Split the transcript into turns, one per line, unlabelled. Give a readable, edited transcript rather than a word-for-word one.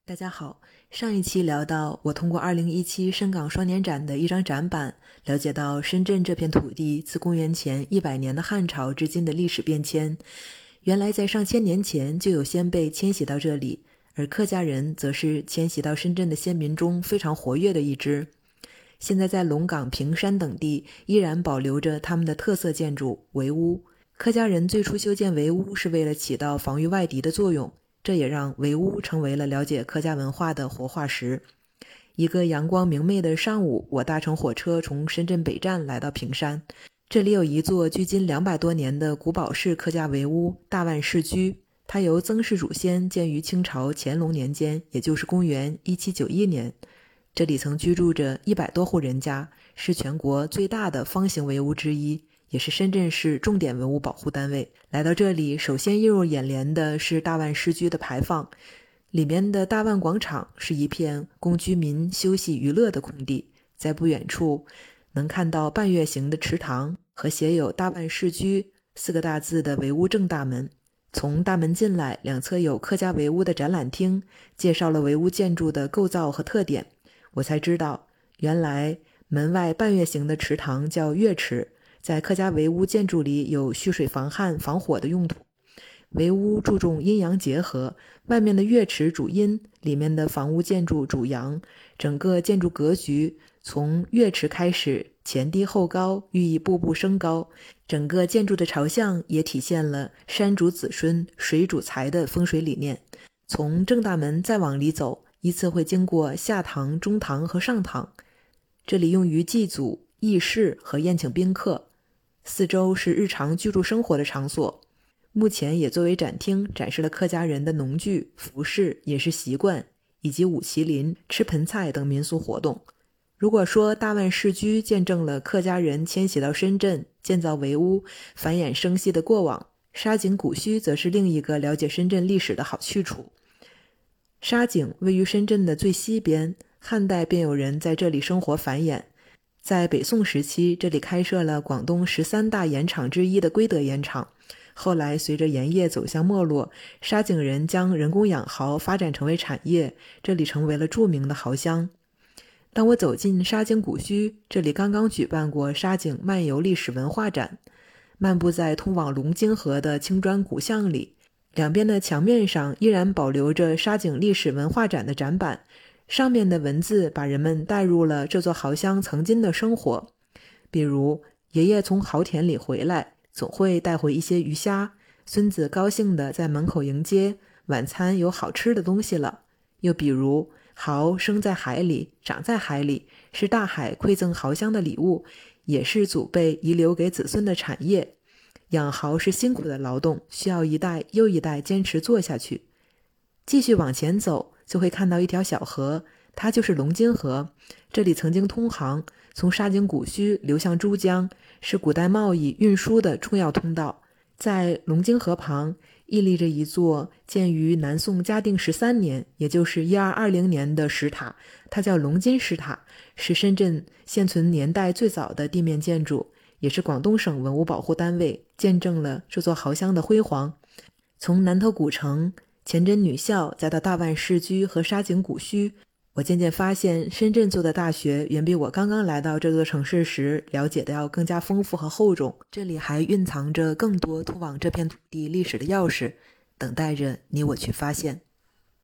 大家好，上一期聊到我通过2017深港双年展的一张展板，了解到深圳这片土地自公元前100年的汉朝至今的历史变迁。原来在上千年前就有先辈迁徙到这里，而客家人则是迁徙到深圳的先民中非常活跃的一支。现在在龙岗、屏山等地依然保留着他们的特色建筑围屋。客家人最初修建围屋是为了起到防御外敌的作用，这也让围屋成为了了解客家文化的活化石。一个阳光明媚的上午，我搭乘火车从深圳北站来到屏山，这里有一座距今200多年的古堡式客家围屋大万世居，它由曾氏祖先建于清朝乾隆年间，也就是公元1791年。这里曾居住着100多户人家，是全国最大的方形围屋之一，也是深圳市重点文物保护单位。来到这里，首先映入眼帘的是大万世居的牌坊，里面的大万广场是一片供居民休息娱乐的空地，在不远处能看到半月形的池塘和写有大万世居4个大字的围屋正大门。从大门进来，两侧有客家围屋的展览厅，介绍了围屋建筑的构造和特点。我才知道，原来门外半月形的池塘叫月池，在客家围屋建筑里有蓄水防旱防火的用途。围屋注重阴阳结合，外面的月池主阴，里面的房屋建筑主阳，整个建筑格局从月池开始，前低后高，寓意步步升高。整个建筑的朝向也体现了山主子孙水主财的风水理念。从正大门再往里走，依次会经过下堂、中堂和上堂，这里用于祭祖、议事和宴请宾客。四周是日常居住生活的场所，目前也作为展厅展示了客家人的农具、服饰、饮食习惯，以及舞麒麟、吃盆菜等民俗活动。如果说大万世居见证了客家人迁徙到深圳建造围屋繁衍生息的过往，沙井古墟则是另一个了解深圳历史的好去处。沙井位于深圳的最西边，汉代便有人在这里生活繁衍。在北宋时期，这里开设了广东13大盐场之一的归德盐场。后来随着盐业走向没落，沙井人将人工养蚝发展成为产业，这里成为了著名的蚝乡。当我走进沙井古墟，这里刚刚举办过沙井漫游历史文化展。漫步在通往龙津河的青砖古巷里，两边的墙面上依然保留着沙井历史文化展的展板，上面的文字把人们带入了这座蚝乡曾经的生活。比如，爷爷从蚝田里回来，总会带回一些鱼虾，孙子高兴地在门口迎接，晚餐有好吃的东西了。又比如，蚝生在海里，长在海里，是大海馈赠蚝乡的礼物，也是祖辈遗留给子孙的产业。养蚝是辛苦的劳动，需要一代又一代坚持做下去。继续往前走，就会看到一条小河，它就是龙津河。这里曾经通航，从沙井古墟流向珠江，是古代贸易运输的重要通道。在龙津河旁屹立着一座建于南宋嘉定13年，也就是1220年的石塔，它叫龙津石塔，是深圳现存年代最早的地面建筑，也是广东省文物保护单位，见证了这座蚝乡的辉煌。从南头古城、前真女校再到大万世居和沙井古墟，我渐渐发现深圳做的大学远比我刚刚来到这座城市时了解的要更加丰富和厚重。这里还蕴藏着更多通往这片土地历史的钥匙，等待着你我去发现。